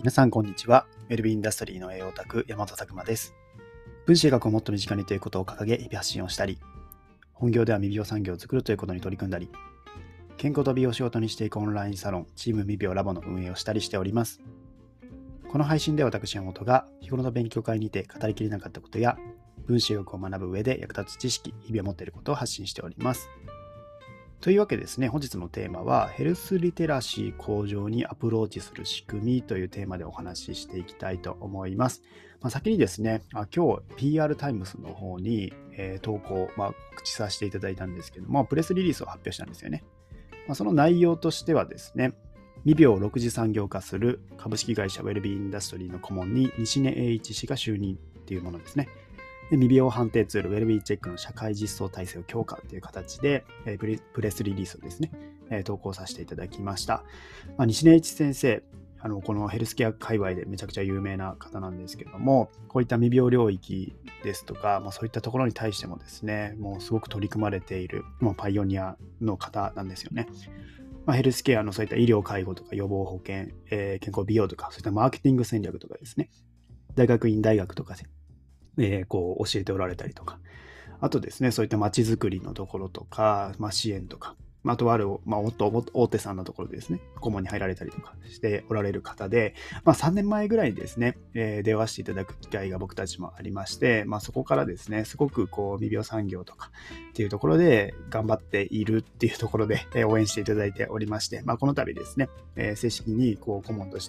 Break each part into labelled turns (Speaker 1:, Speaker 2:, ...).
Speaker 1: 皆さんこんにちは。ウェルビーインダストリーの栄養オタク山田拓馬です。分子医学をもっと身近にということを掲げ日々発信をしたり、本業では未病産業を作るということに取り組んだり、健康と美容を仕事にしていくオンラインサロンチーム未病ラボの運営をしたりしております。この配信で私山本が日頃の勉強会にて語りきれなかったことや分子医学を学ぶ上で役立つ知識、日々を持っていることを発信しております。というわけでですね、本日のテーマはヘルスリテラシー向上にアプローチする仕組みというテーマでお話ししていきたいと思います。先にですね、今日 PR タイムスの方に、投稿、告知させていただいたんですけども、プレスリリースを発表したんですよね。その内容としてはですね、未病を6次産業化する株式会社ウェルビーインダストリーの顧問に西根栄一氏が就任っていうものですね。で未病判定ツールウェルビーチェックの社会実装体制を強化という形でプレスリリースをですね、投稿させていただきました。西根栄一先生、このヘルスケア界隈でめちゃくちゃ有名な方なんですけども、こういった未病領域ですとか、そういったところに対してもですね、もうすごく取り組まれているパイオニアの方なんですよね。ヘルスケアのそういった医療介護とか予防保険、健康美容とか、そういったマーケティング戦略とかですね、大学院大学とかで、教えておられたりとか、あとですね、そういった街づくりのところとか、支援とか、あとは大手さんのところでですね、顧問に入られたりとかしておられる方で、3年前ぐらいにですね、出会わせていただく機会が僕たちもありまして、そこからですね、すごく未病産業とかっていうところで頑張っているっていうところで、応援していただいておりまして、この度ですね、正式に顧問として、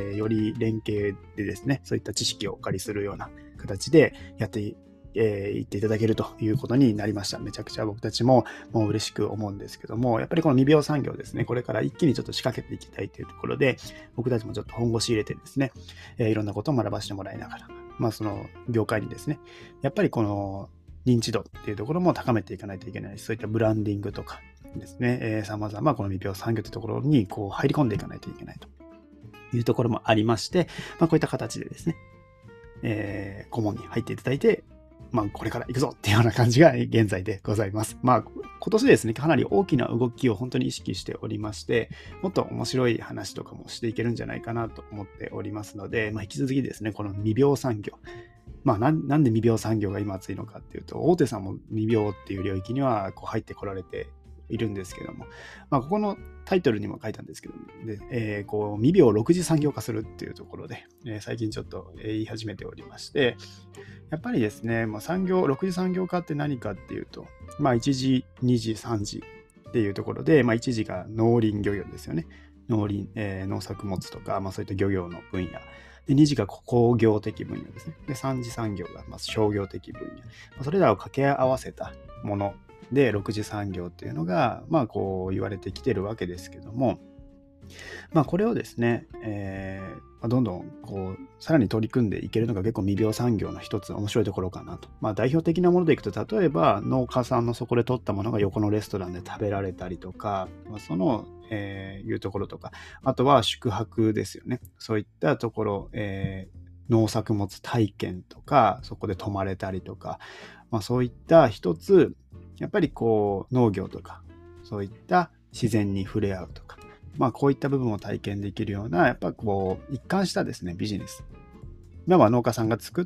Speaker 1: より連携でですね、そういった知識をお借りするような形でやって言っていただけるということになりました。めちゃくちゃ僕たちも嬉しく思うんですけども、やっぱりこの未病産業ですね、これから一気にちょっと仕掛けていきたいというところで、僕たちもちょっと本腰入れてですね、いろんなことを学ばせてもらいながら、その業界にですね、やっぱりこの認知度っていうところも高めていかないといけないし、そういったブランディングとかですね、様々この未病産業というところに入り込んでいかないといけないというところもありまして、こういった形でですね、顧問に入っていただいて、これから行くぞっていうような感じが現在でございます。今年ですね、かなり大きな動きを本当に意識しておりまして、もっと面白い話とかもしていけるんじゃないかなと思っておりますので、引き続きですね、この未病産業。なんで未病産業が今熱いのかっていうと、大手さんも未病っていう領域には入ってこられているんですけども、ここのタイトルにも書いたんですけども、未病を6次産業化するっていうところで、最近ちょっと言い始めておりまして、やっぱりですね、6次産業化って何かっていうと、1次、2次、3次っていうところで、1次が農林漁業ですよね。農作物とか、そういった漁業の分野。で、2次が工業的分野ですね。で、3次産業が商業的分野。それらを掛け合わせたもので、6次産業っていうのが、言われてきてるわけですけども、これをですね、どんどんさらに取り組んでいけるのが結構未病産業の一つ面白いところかなと。代表的なものでいくと、例えば農家さんのそこで取ったものが横のレストランで食べられたりとか、いうところとか、あとは宿泊ですよね。そういったところ、農作物体験とか、そこで泊まれたりとか、そういった一つ、やっぱり農業とか、そういった自然に触れ合うとか、こういった部分を体験できるような、やっぱ一貫したですね、ビジネス。今は農家さんが作って、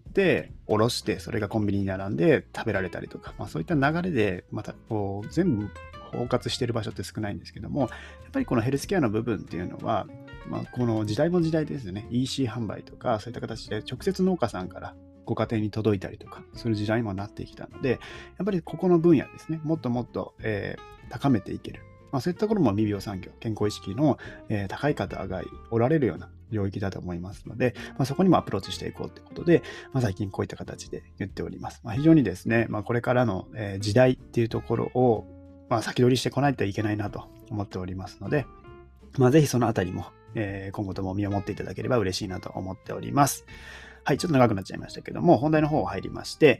Speaker 1: おろして、それがコンビニに並んで食べられたりとか、そういった流れで、また全部包括している場所って少ないんですけども、やっぱりこのヘルスケアの部分っていうのは、この時代も時代ですよね。EC 販売とか、そういった形で直接農家さんからご家庭に届いたりとかする時代にもなってきたので、やっぱりここの分野ですね、もっともっと、高めていける。そういったところも未病産業、健康意識の、高い方がおられるような領域だと思いますので、そこにもアプローチしていこうということで、最近こういった形で言っております。非常にですね、これからの、時代っていうところを、先取りしてこないといけないなと思っておりますので、ぜひそのあたりも、今後とも見守っていただければ嬉しいなと思っております。はい、ちょっと長くなっちゃいましたけども、本題の方入りまして、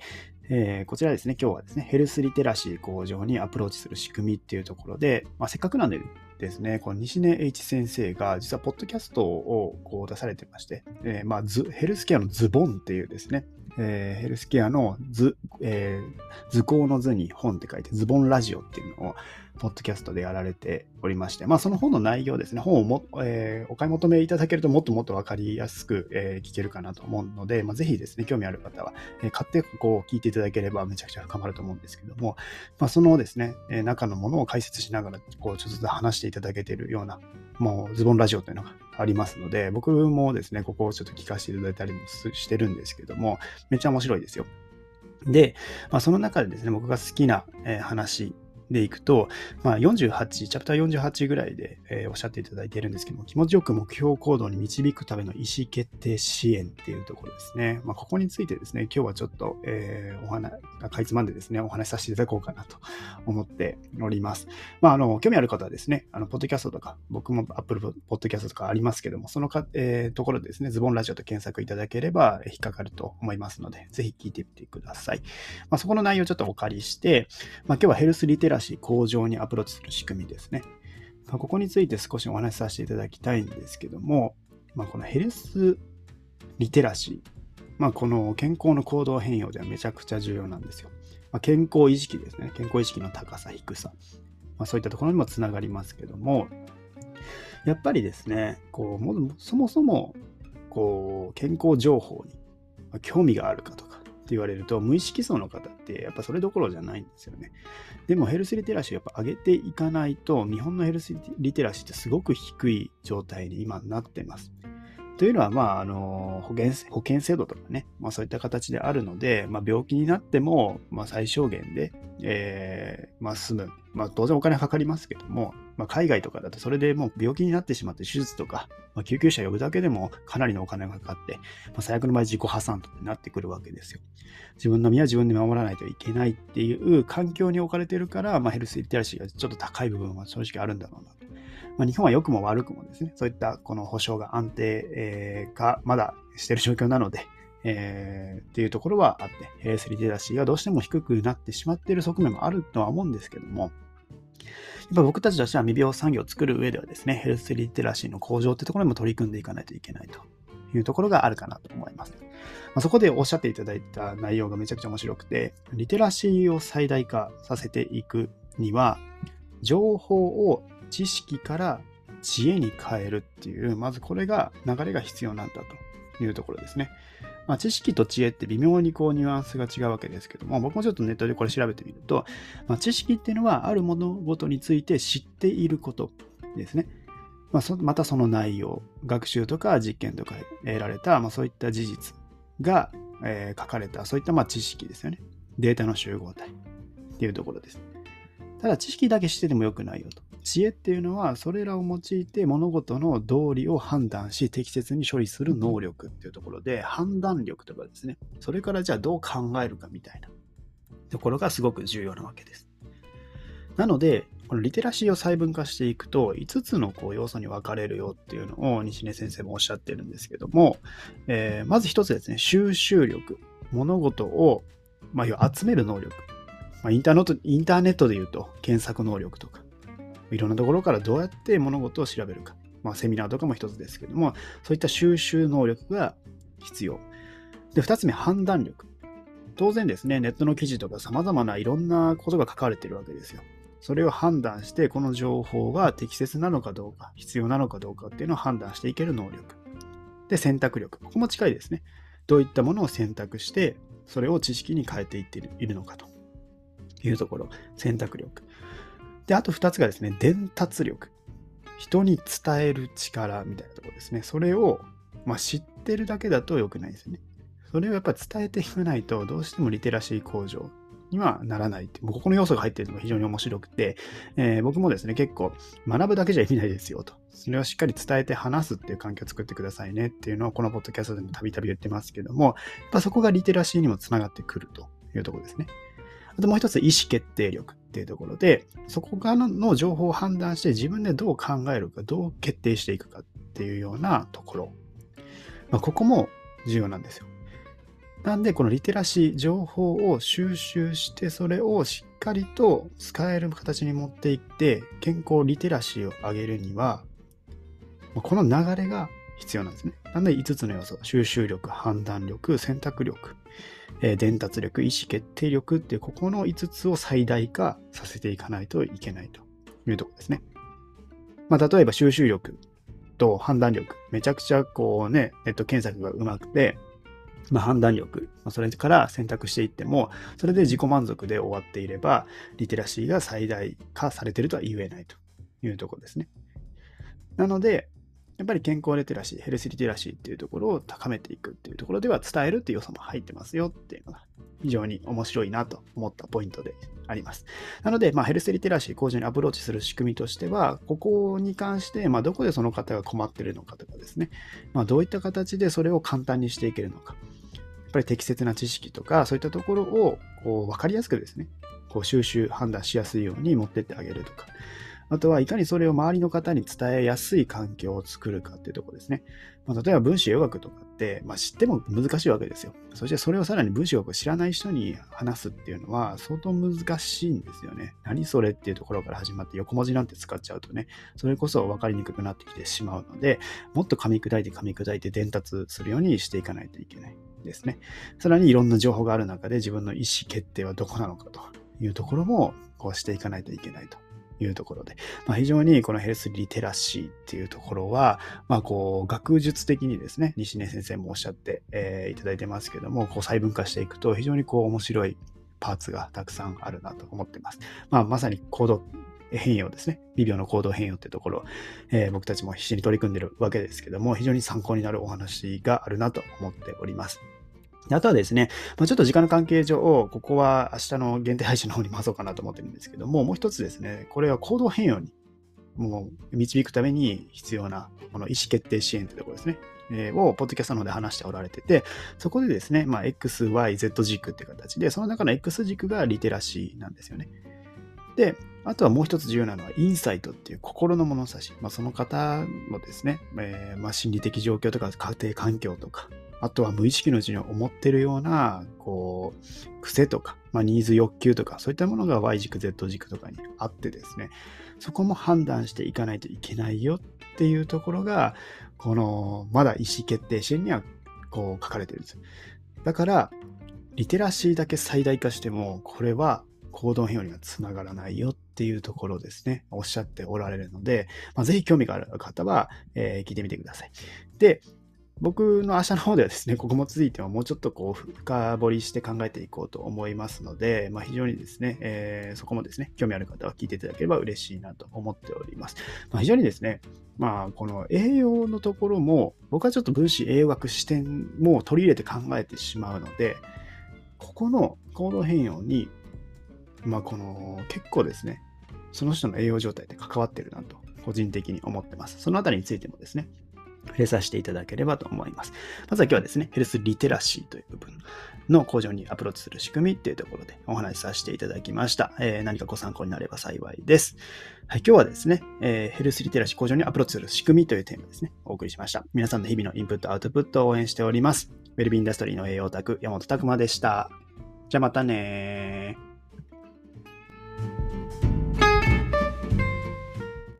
Speaker 1: こちらですね、今日はですね、ヘルスリテラシー向上にアプローチする仕組みっていうところで、せっかくなんでですね、この西根 H 先生が実はポッドキャストを出されてまして、ヘルスケアのズボンっていうですね、ヘルスケアの図工の図に本って書いてズボンラジオっていうのをポッドキャストでやられておりまして、その本の内容ですね、本をお買い求めいただけるともっともっと分かりやすく、聞けるかなと思うので、ぜひですね、興味ある方は、買って聞いていただければめちゃくちゃ深まると思うんですけども、そのですね、中のものを解説しながらちょっとずつ話していただけているような、もうズボンラジオというのがありますので、僕もですね、ここをちょっと聞かせていただいたりもしてるんですけども、めっちゃ面白いですよ。で、その中でですね、僕が好きな話でいくと、48、チャプター48ぐらいで、おっしゃっていただいているんですけども、気持ちよく目標行動に導くための意思決定支援っていうところですね。ここについてですね、今日はちょっと、かいつまんでですね、お話しさせていただこうかなと思っております。興味ある方はですね、ポッドキャストとか、僕も Apple ポッドキャストとかありますけども、そのところでですね、ズボンラジオと検索いただければ引っかかると思いますので、ぜひ聞いてみてください。そこの内容をちょっとお借りして、今日はヘルスリテラシー向上にアプローチする仕組みですね。ここについて少しお話しさせていただきたいんですけども、このヘルスリテラシー、この健康の行動変容ではめちゃくちゃ重要なんですよ。健康意識ですね。健康意識の高さ、低さ。そういったところにもつながりますけども、やっぱりですね、そもそも健康情報に興味があるかとかって言われると、無意識層の方ってやっぱそれどころじゃないんですよね。でもヘルスリテラシーをやっぱ上げていかないと、日本のヘルスリテラシーってすごく低い状態に今なってます。というのは、保険制度とかね、そういった形であるので、病気になっても、最小限で、済む。当然お金かかりますけども、海外とかだとそれでもう病気になってしまって手術とか、救急車呼ぶだけでもかなりのお金がかかって、最悪の場合自己破産となってくるわけですよ。自分の身は自分で守らないといけないっていう環境に置かれてるから、ヘルスリテラシーがちょっと高い部分は正直あるんだろうなと。日本は良くも悪くもですね、そういったこの保障が安定化まだしている状況なので、っていうところはあって、ヘルスリテラシーがどうしても低くなってしまっている側面もあるとは思うんですけども、やっぱ僕たちとしては未病産業を作る上ではですね、ヘルスリテラシーの向上ってところにも取り組んでいかないといけないというところがあるかなと思います。そこでおっしゃっていただいた内容がめちゃくちゃ面白くて、リテラシーを最大化させていくには、情報を知識から知恵に変えるっていう、まずこれが流れが必要なんだというところですね。知識と知恵って微妙にニュアンスが違うわけですけども、僕もちょっとネットでこれ調べてみると、知識っていうのはある物事について知っていることですね。またその内容、学習とか実験とか得られた、そういった事実が、書かれた、そういった知識ですよね。データの集合体っていうところです。ただ知識だけしててもよくないよと。知恵っていうのはそれらを用いて物事の道理を判断し適切に処理する能力っていうところで、判断力とかですね、それからじゃあどう考えるかみたいなところがすごく重要なわけです。なのでこのリテラシーを細分化していくと5つの要素に分かれるよっていうのを西根先生もおっしゃってるんですけども、まず一つですね、収集力。物事を、要は集める能力。インターネットで言うと検索能力とか、いろんなところからどうやって物事を調べるか、セミナーとかも一つですけども、そういった収集能力が必要。で、二つ目、判断力。当然ですね、ネットの記事とか様々ないろんなことが書かれているわけですよ。それを判断して、この情報が適切なのかどうか、必要なのかどうかっていうのを判断していける能力。で、選択力。ここも近いですね。どういったものを選択して、それを知識に変えていっているのかというところ。選択力。で、あと2つがですね、伝達力。人に伝える力みたいなところですね。それを、知ってるだけだと良くないですよね。それをやっぱり伝えていかないと、どうしてもリテラシー向上にはならないって。ここの要素が入っているのが非常に面白くて、僕もですね、結構学ぶだけじゃ意味ないですよと。それをしっかり伝えて話すっていう環境を作ってくださいねっていうのをこのポッドキャストでもたびたび言ってますけども、やっぱそこがリテラシーにもつながってくるというところですね。あともう一つ、意思決定力っていうところで、そこからの情報を判断して自分でどう考えるか、どう決定していくかっていうようなところ。ここも重要なんですよ。 なんで、このリテラシー、情報を収集して、それをしっかりと使える形に持っていって、健康リテラシーを上げるには、この流れが必要なんですね。なので、5つの要素、収集力、判断力、選択力、伝達力、意思決定力っていう、ここの5つを最大化させていかないといけないというところですね。例えば収集力と判断力、めちゃくちゃネット検索がうまくて、判断力、それから選択していっても、それで自己満足で終わっていれば、リテラシーが最大化されているとは言えないというところですね。なので、やっぱり健康リテラシー、ヘルスリテラシーっていうところを高めていくっていうところでは、伝えるっていう要素も入ってますよっていうのが非常に面白いなと思ったポイントであります。なので、ヘルスリテラシー向上にアプローチする仕組みとしては、ここに関して、どこでその方が困っているのかとかですね、どういった形でそれを簡単にしていけるのか。やっぱり適切な知識とか、そういったところを分かりやすくですね、収集、判断しやすいように持ってってあげるとか、あとはいかにそれを周りの方に伝えやすい環境を作るかっていうところですね。例えば分子栄養学とかって、知っても難しいわけですよ。そしてそれをさらに分子栄養学を知らない人に話すっていうのは相当難しいんですよね。何それっていうところから始まって横文字なんて使っちゃうとね、それこそ分かりにくくなってきてしまうので、もっと噛み砕いて伝達するようにしていかないといけないですね。さらにいろんな情報がある中で自分の意思決定はどこなのかというところもしていかないといけないというところで、非常にこのヘルスリテラシーっていうところは、学術的にですね、西根先生もおっしゃって、いただいてますけども、細分化していくと非常に面白いパーツがたくさんあるなと思っています。まさに行動変容ですね。微病の行動変容ってところ、僕たちも必死に取り組んでいるわけですけども、非常に参考になるお話があるなと思っております。あとはですね、ちょっと時間の関係上、ここは明日の限定配信の方に回そうかなと思ってるんですけども、もう一つですね、これは行動変容に導くために必要なこの意思決定支援というところですね。をポッドキャストの方で話しておられてて、そこでですね、X、Y、Z 軸っていう形で、その中の X 軸がリテラシーなんですよね。で、あとはもう一つ重要なのはインサイトっていう心の物差し。その方のですね、心理的状況とか家庭環境とか、あとは無意識のうちに思ってるような、癖とか、ニーズ欲求とか、そういったものが Y 軸、Z 軸とかにあってですね、そこも判断していかないといけないよっていうところが、まだ意思決定支援には、書かれてるんです。だから、リテラシーだけ最大化しても、これは行動変容にはつながらないよっていうところですね、おっしゃっておられるので、ぜひ興味がある方は、聞いてみてください。で、僕の明日の方ではですね、ここもついてはもうちょっと深掘りして考えていこうと思いますので、非常にですね、そこもですね、興味ある方は聞いていただければ嬉しいなと思っております。非常にですね、この栄養のところも、僕はちょっと分子栄養学視点も取り入れて考えてしまうので、ここの行動変容に、結構ですね、その人の栄養状態で関わってるなと、個人的に思ってます。そのあたりについてもですね、触れさせていただければと思います。まずは今日はですね、ヘルスリテラシーという部分の向上にアプローチする仕組みっていうところでお話しさせていただきました。何かご参考になれば幸いです。はい、今日はですね、ヘルスリテラシー向上にアプローチする仕組みというテーマですね、お送りしました。皆さんの日々のインプット、アウトプットを応援しております。ウェルビーインダストリーの栄養オタク、山本拓馬でした。じゃあまたねー。